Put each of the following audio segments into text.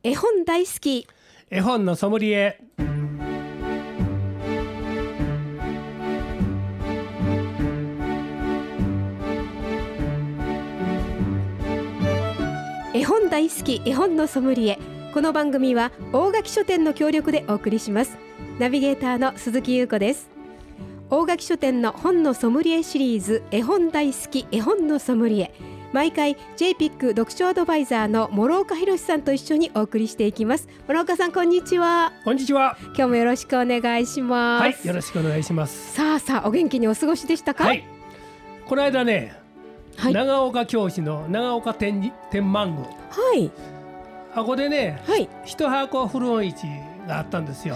絵本大好き、 絵本のソムリエ。 絵本大好き、絵本のソムリエ。この番組は大垣書店の協力でお送りします。ナビゲーターの鈴木優子です。大垣書店の本のソムリエシリーズ、絵本大好き、絵本のソムリエ。毎回 JPIC 読書アドバイザーの諸岡博さんと一緒にお送りしていきます。諸岡さん、こんにちは。 こんにちは。 今日もよろしくお願いします。 はい、よろしくお願いします。 さあお元気にお過ごしでしたか？ はい、この間ね、 はい、 長岡教師の長岡天満宮、 はい、 ここでね、 はい、 一箱古本市があったんですよ。 はい、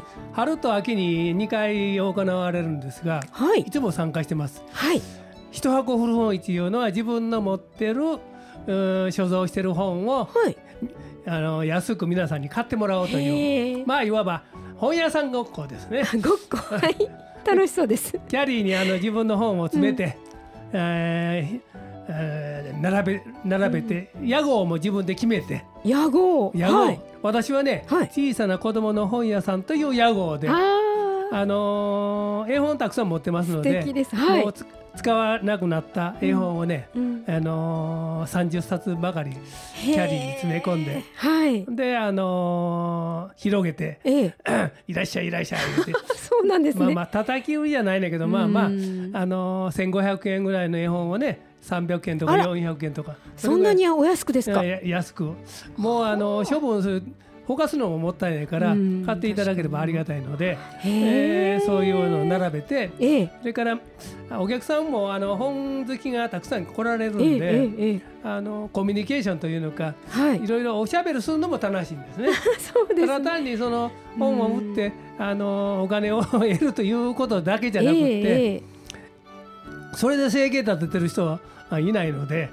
春と秋に2回行われるんですが、 はい、 いつも参加してます。 はい、 一箱古本市というのは自分の持ってる所蔵してる本を、 はい、 安く皆さんに買ってもらおうという、いわば本屋さんごっこですね。 ごっこ、はい、楽しそうです。 キャリーに自分の本を詰めて、並べて、屋号も自分で決めて、 屋号、はい、 私はね、 はい、 小さな子供の本屋さんという屋号で、絵本たくさん持ってますので、 素敵です。はい、 もう使わなくなった絵本をね、30冊ばかりキャリーに詰め込んで、 はい、 で広げて、いらっしゃいいらっしゃいってそうなんですね。 叩き売りじゃないんだけど、1500円ぐらいの絵本をね、300円とか400円とか、 そんなにお安くですか？ 安く、もう処分する、ほかすのももったいないから買っていただければありがたいので、そういうのを並べて、それからお客さんも本好きがたくさん来られるんで、コミュニケーションというのか、いろいろおしゃべりするのも楽しいんですね。 そうですね。 ただ単にその本を売ってお金を得るということだけじゃなくて、それで生計立ててる人はいないので、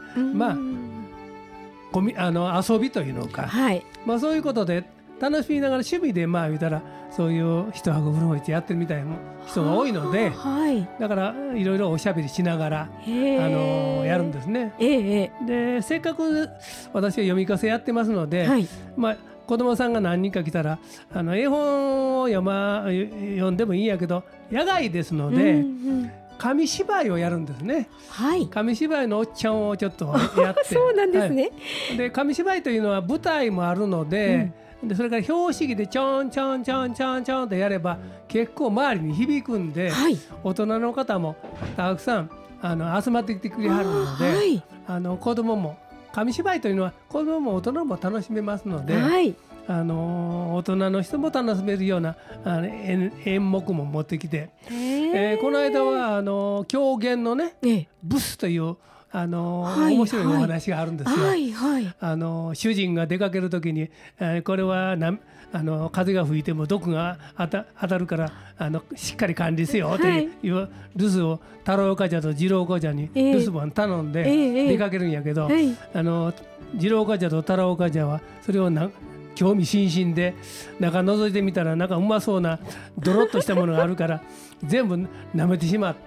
遊びというのか、そういうことで楽しみながら趣味で言ったらそういう一箱古本市やってるみたいな人が多いので、だからいろいろおしゃべりしながらやるんですね。で、せっかく私は読み聞かせやってますので、子供さんが何人か来たら絵本を読んでもいいんやけど、野外ですので、紙芝居をやるんですね。紙芝居のおっちゃんをちょっとやってそうなんですね。 で、紙芝居というのは舞台もあるので、それから拍子木でちょんちょんちょんちょんちょんとやれば結構周りに響くんで、大人の方もたくさん集まってきてくれはるので、子供も紙芝居というのは子供も大人も楽しめますので、大人の人も楽しめるような演目も持ってきて、この間は狂言のね、ブスという面白いお話があるんですよ。主人が出かけるときに、これは風が吹いても毒が当たるからしっかり管理せよという留守を太郎冠者と次郎冠者に留守番頼んで出かけるんやけど、次郎冠者と太郎冠者はそれを興味津々で中覗いてみたらうまそうなドロッとしたものがあるから全部舐めてしまって、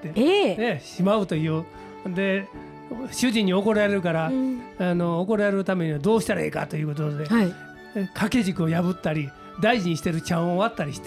しまうという。で、主人に怒られるから、怒られるためにはどうしたらいいかということで、掛け軸を破ったり大事にしてる茶碗を割ったりして、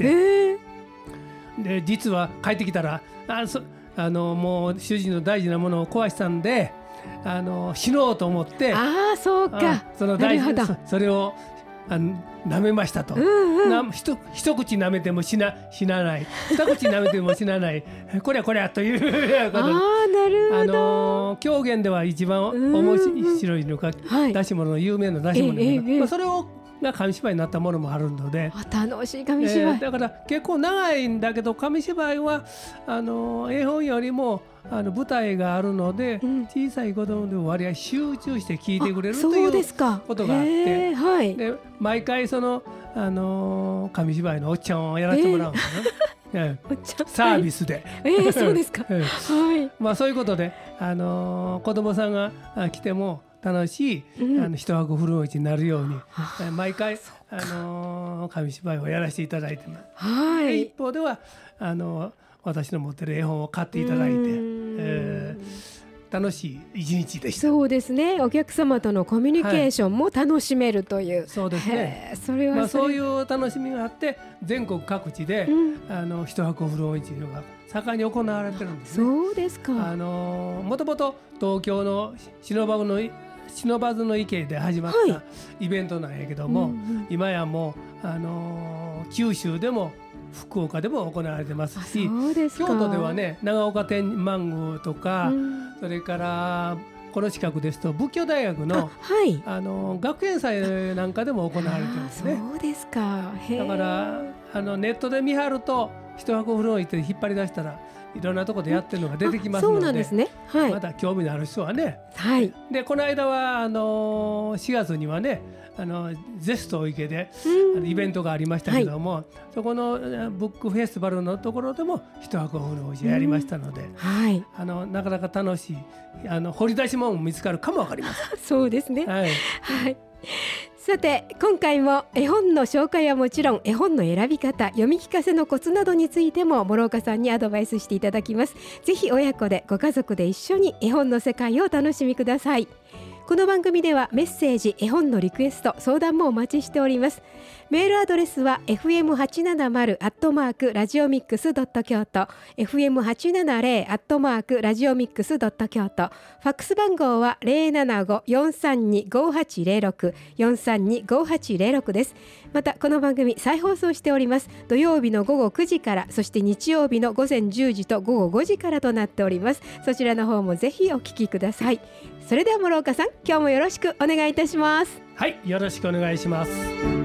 で実は帰ってきたらもう主人の大事なものを壊したんで死のうと思って、 そうか、 その大事なそれを舐めましたと。一口舐めても死なない、二口舐めても死なないこりゃということで、 なるほど。 狂言では一番面白いのが出し物の有名な出し物が、それが紙芝居になったものもあるるので、 楽しい紙芝居、 だから結構長いんだけど、紙芝居は絵本よりも舞台があるので、小さい子供でも割合集中して聞いてくれるということがあって、で毎回その紙芝居のおっちゃんをやらせてもらうんですね。サービスで。 そうですか。 そういうことで子供さんが来ても楽しい一箱古本市になるように、毎回紙芝居をやらせていただいてます。一方では私の持ってる絵本を買っていただいて、 楽しい一日でした。 そうですね。お客様とのコミュニケーションも楽しめるという、 そうですね。 それはそういう楽しみがあって全国各地で、一箱古本市というのが盛んに行われてるんですね。 そうですか。 もともと東京の不忍池で始まったイベントなんやけども、今やもう、九州でも福岡でも行われてますし、京都ではね長岡天満宮とか、それからこの近くですと仏教大学の、学園祭なんかでも行われてるんですね。 そうですか。 だからネットで見張ると一箱古本市で引っ張り出したらいろんなところでやってるのが出てきますので、 そうなんですね。 まだ興味のある人はね。でこの間は4月にはねゼスト池で、イベントがありましたけども、そこのブックフェスティバルのところでも一箱古本市やりましたので、なかなか楽しい掘り出し物も見つかるかもわかりません。 そうですね。さて今回も絵本の紹介はもちろん絵本の選び方、読み聞かせのコツなどについても諸岡さんにアドバイスしていただきます。ぜひ親子でご家族で一緒に絵本の世界をお楽しみください。この番組ではメッセージ、絵本のリクエスト、相談もお待ちしております。メールアドレスは fm870@radiomix.kyoto、 fm870@radiomix.kyoto、 ファックス番号は 075-432-5806 432-5806 です。またこの番組再放送しております。土曜日の午後9時から、そして日曜日の午前10時と午後5時からとなっております。そちらの方もぜひお聞きください。それでは諸岡さん、今日もよろしくお願いいたします。 はい、よろしくお願いします。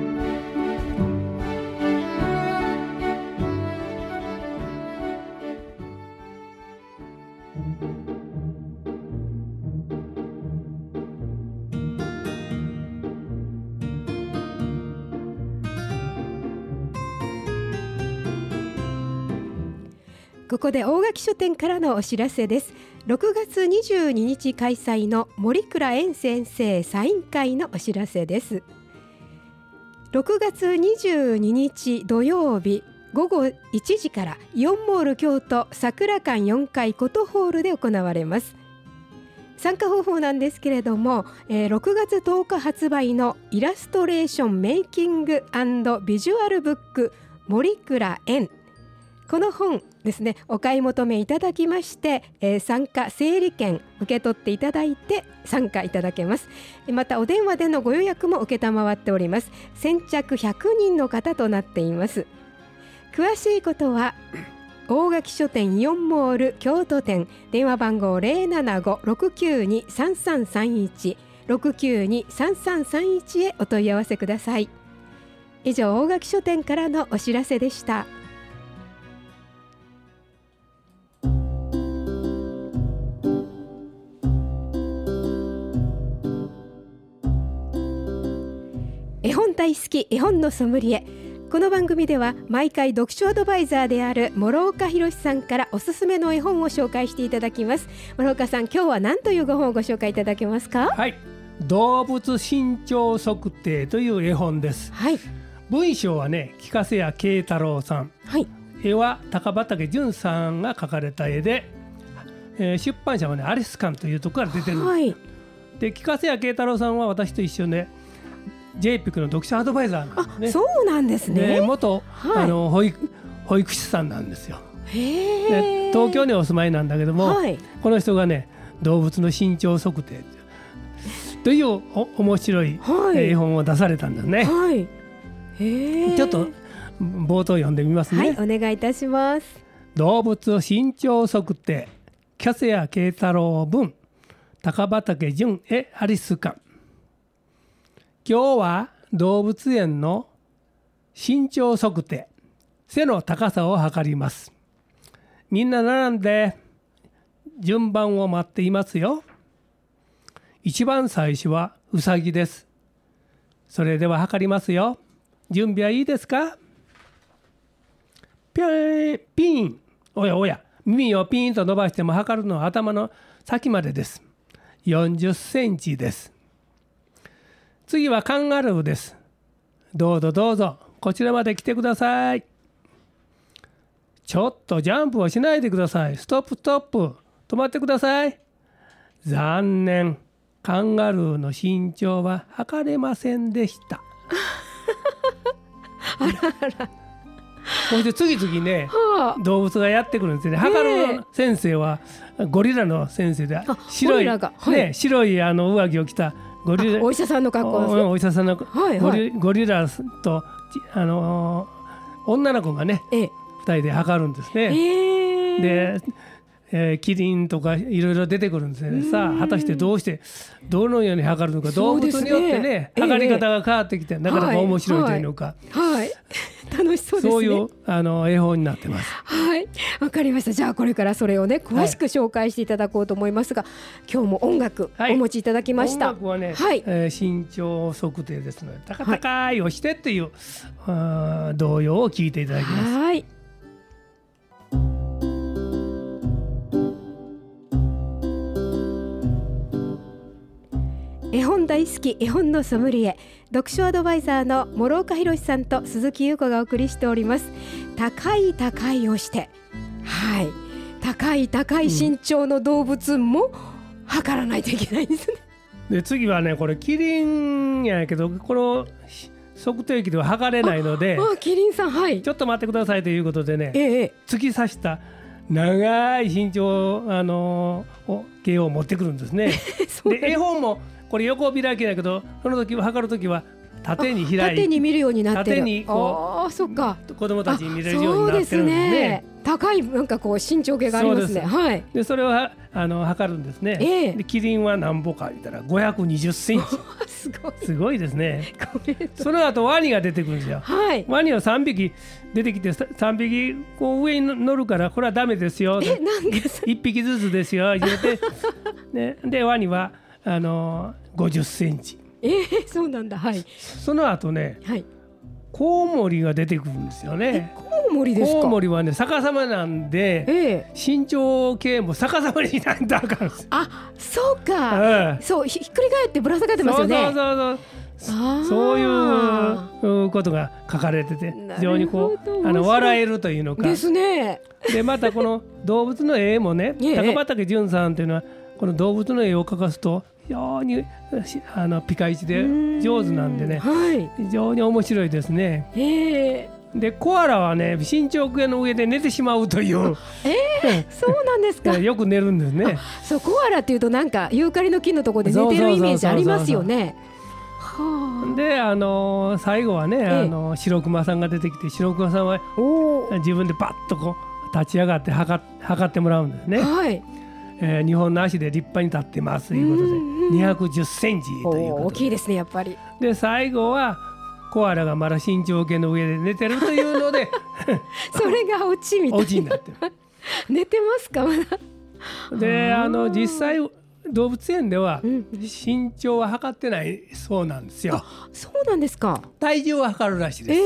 ここで大垣書店からのお知らせです。6月22日開催の森倉円先生サイン会のお知らせです。6月22日土曜日午後1時からイオンモール京都桜館4階ことホールで行われます。参加方法なんですけれども、6月10日発売のイラストレーションメイキング&ビジュアルブック森倉円、この本ですね、お買い求めいただきまして、参加整理券受け取っていただいて参加いただけます。またお電話でのご予約も承っております。先着100人の方となっています。詳しいことは大垣書店イオンモール京都店、電話番号 075-692-3331 692-3331 へお問い合わせください。以上、大垣書店からのお知らせでした。絵本大好き、絵本のソムリエ。この番組では毎回読書アドバイザーである諸岡博さんからおすすめの絵本を紹介していただきます。諸岡さん、今日は何というご本をご紹介いただけますか？ はい、動物身長測定という絵本です。文章はね、木瀬谷慶太郎さん、絵は高畑淳さんが描かれた絵で、出版社はねアリス館というところから出てるんです。で木瀬谷慶太郎さんは私と一緒でJPIC の読書アドバイザーなんですね。 そうなんですね。 元、保育士さんなんですよ。で東京にお住まいなんだけども、この人がね動物の身長測定という面白い絵本を出されたんですね。ちょっと冒頭読んでみますね。 お願いいたします。 動物身長測定、木瀬谷慶太郎文、高畑淳絵アリス館。今日は動物園の身長測定、背の高さを測ります。みんな並んで順番を待っていますよ。一番最初はウサギです。それでは測りますよ。準備はいいですか？ピン。おやおや、耳をピンと伸ばしても測るのは頭の先までです。40センチです。次はカンガルーです。どうぞどうぞ、こちらまで来てください。ちょっとジャンプをしないでください。ストップ。止まってください。 残念、カンガルーの身長は測れませんでしたあらあら。 そして次々ね、 はあ、 動物がやってくるんですよね。測る先生はゴリラの先生で、白い、ね、白い上着を着たゴリラ、 お医者さんの格好ですね。 お医者さんの、 はいはい、 ゴリラと女の子がね、2人で測るんですね。でキリンとかいろいろ出てくるんですよね。さあ果たしてどのように測るのか、動物によってね、測り方が変わってきて、なかなか面白いというのか、 はい、楽しそうですね。 そういう絵本になってます。 はい、わかりました。じゃあこれからそれをね詳しく紹介していただこうと思いますが、今日も音楽お持ちいただきました。 音楽はね、身長測定ですので、高いをしてっていう、童謡を聴いていただきます。 はい。絵本大好き、絵本のソムリエ、読書アドバイザーの諸岡弘さんと鈴木優子がお送りしております。高いをして、はい、高い身長の動物も測らないといけないんですね。 で次はね、これキリンやけど、この測定器では測れないので、 キリンさん、はい、 ちょっと待ってくださいということでね、突き刺した長い身長計を持ってくるんですね。で絵本もこれ横開きだけど、その時は測る時は縦に開いて、 縦に見るようになってる。 縦にこう、そっか、子供たちに見れるようになってるんですね。 高いなんかこう身長計がありますね。はい。 でそれを測るんですね。でキリンは何歩か言ったら520センチ。すごいですね。その後ワニが出てくるんですよ。はい。ワニは3匹出てきて、3匹こう上に乗るから、これはダメですよ。1匹ずつですよ。言ってね、でワニは50センチ。 そうなんだ。はい。 その後ね、コウモリが出てくるんですよね。 コウモリですか。 コウモリはね、逆さまなんで、身長計も逆さまにないとあかんです。 あ、そうか。そう、ひっくり返ってぶら下がってますよね。 そういうことが書かれてて、非常にこう笑えるというのかですね。 でまたこの動物の絵もね、高畑潤さんというのはこの動物の絵を描かすと非常にピカイチで上手なんでね、非常に面白いですね。でコアラはね、身長計の上で寝てしまうという、 そうなんですか。 よく寝るんですね。 そう、コアラっていうとなんかユーカリの木のところで寝てるイメージありますよね。 で最後はね、白熊さんが出てきて、白熊さんは自分でバッとこう立ち上がって測ってもらうんですね。2本の足で立派に立ってますということで210センチということで、 大きいですね、やっぱり。で最後はコアラがまだ身長計の上で寝てるというのでそれがオチみたいな。 オチになってる寝てますか、まだ。 で実際動物園では身長は測ってないそうなんですよ。 そうなんですか。 体重は測るらしいです。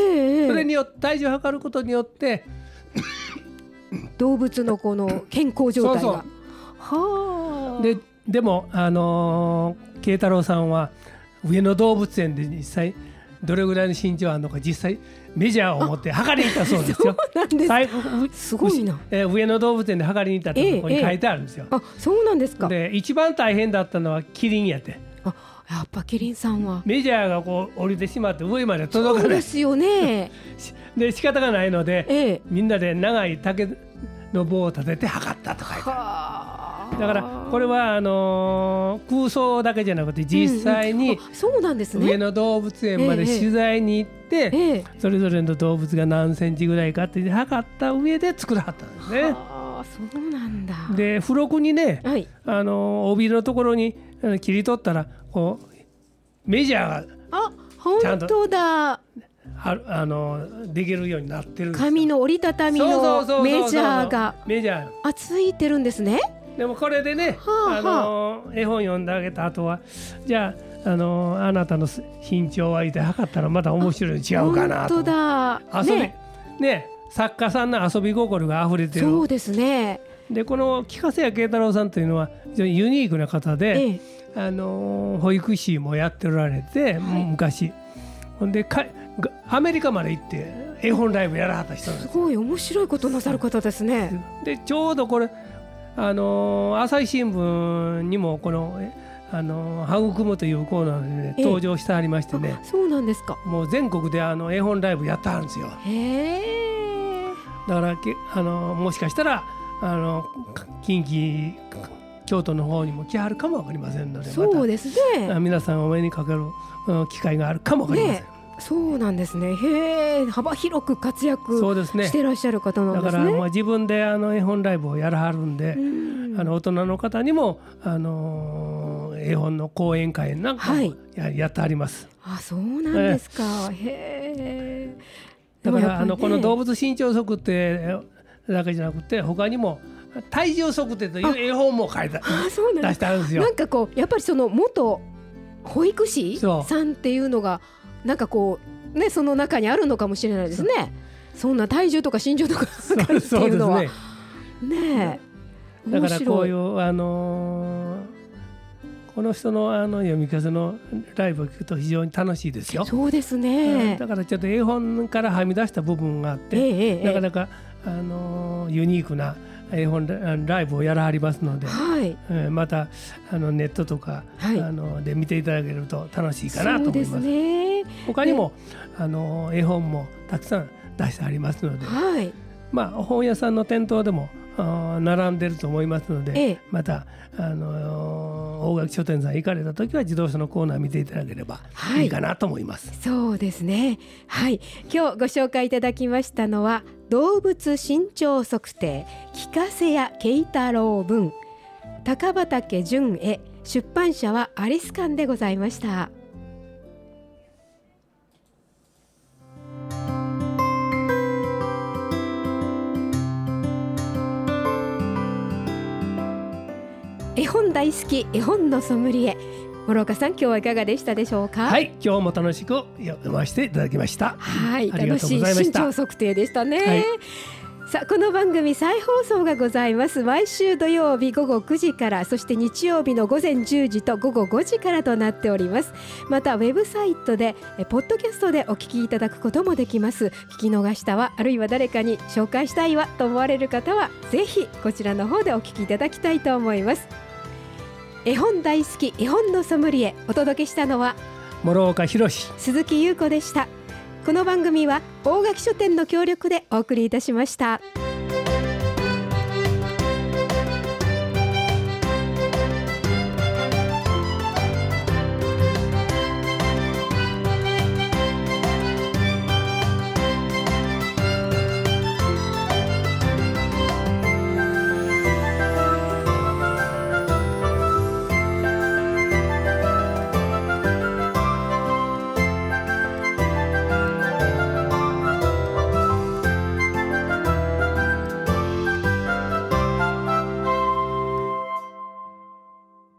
それによって体重を測ることによって動物のこの健康状態が。 でも慶太郎さんは上野動物園で実際どれぐらいの身長あるのか、実際メジャーを持って測りに行ったそうですよ。 そうなんです。すごいな。 上野動物園で測りに行ったところに書いてあるんですよ。 そうなんですか。 で一番大変だったのはキリンやって。 やっぱキリンさんはメジャーがこう降りてしまって上まで届かない。 そうですよね。 で仕方がないので、みんなで長い竹の棒を立てて測ったと書いてある。だからこれは空想だけじゃなくて、実際に上野動物園まで取材に行って、それぞれの動物が何センチぐらいかって測った上で作らはったんですね。 そうなんだ。 で付録にね、帯のところに切り取ったらこうメジャーがちゃんとできるようになってるんですよ。 紙の折りたたみのメジャーがついてるんですね。 でもこれでね、絵本読んであげた後は、じゃああなたの身長は言って測ったらまた面白い違うかなと。 本当だ。 ね、作家さんの遊び心があふれてる。 そうですね。 でこの木笠谷慶太郎さんというのは非常にユニークな方で、保育士もやっておられて、昔ほんでアメリカまで行って絵本ライブやらはった人なんです。 すごい面白いことなさる方ですね。 でちょうどこれ朝日新聞にもこの育むというコーナーで登場してありましてね、 そうなんですか。 もう全国で絵本ライブやってはるんですよ。だからもしかしたら近畿京都の方にも来はるかもわかりませんので、 そうですね、 皆さんお目にかかる機会があるかもわかりません。 そうなんですね。幅広く活躍してらっしゃる方なんですね。 だから自分で絵本ライブをやらはるんで、大人の方にも絵本の講演会なんかもやってあります。 そうなんですか。 だからこの動物身長測定だけじゃなくて他にも体重測定という絵本も出してあるんですよ。 なんかやっぱりその元保育士さんっていうのがなんかね、その中にあるのかもしれないですね。そんな体重とか身長とか測るっていうのはね。 だからこういうこの人の読み聞かせのライブを聞くと非常に楽しいですよ。 そうですね。 だからちょっと絵本からはみ出した部分があって、なかなかユニークな絵本ライブをやらはりますので、またネットとか、で見ていただけると楽しいかなと思います。他にも絵本もたくさん出してありますので、本屋さんの店頭でも並んでると思いますので、また大垣書店さん行かれた時は自動車のコーナー見ていただければいいかなと思います。 そうですね。今日ご紹介いただきましたのは動物身長測定聞かせや慶太郎文、高畑純絵、出版社はアリス館でございました。絵本大好き、絵本のソムリエ、諸岡さん、今日はいかがでしたでしょうか。 今日も楽しく読ませていただきました。 楽しい身長測定でしたね。さあ、この番組再放送がございます。毎週土曜日午後9時から、そして日曜日の午前10時と午後5時からとなっております。またウェブサイトでポッドキャストでお聞きいただくこともできます。聞き逃したわ、あるいは誰かに紹介したいわと思われる方はぜひこちらの方でお聞きいただきたいと思います。絵本大好き、絵本のソムリエ、お届けしたのは諸岡弘、 鈴木優子でした。この番組は大垣書店の協力でお送りいたしました。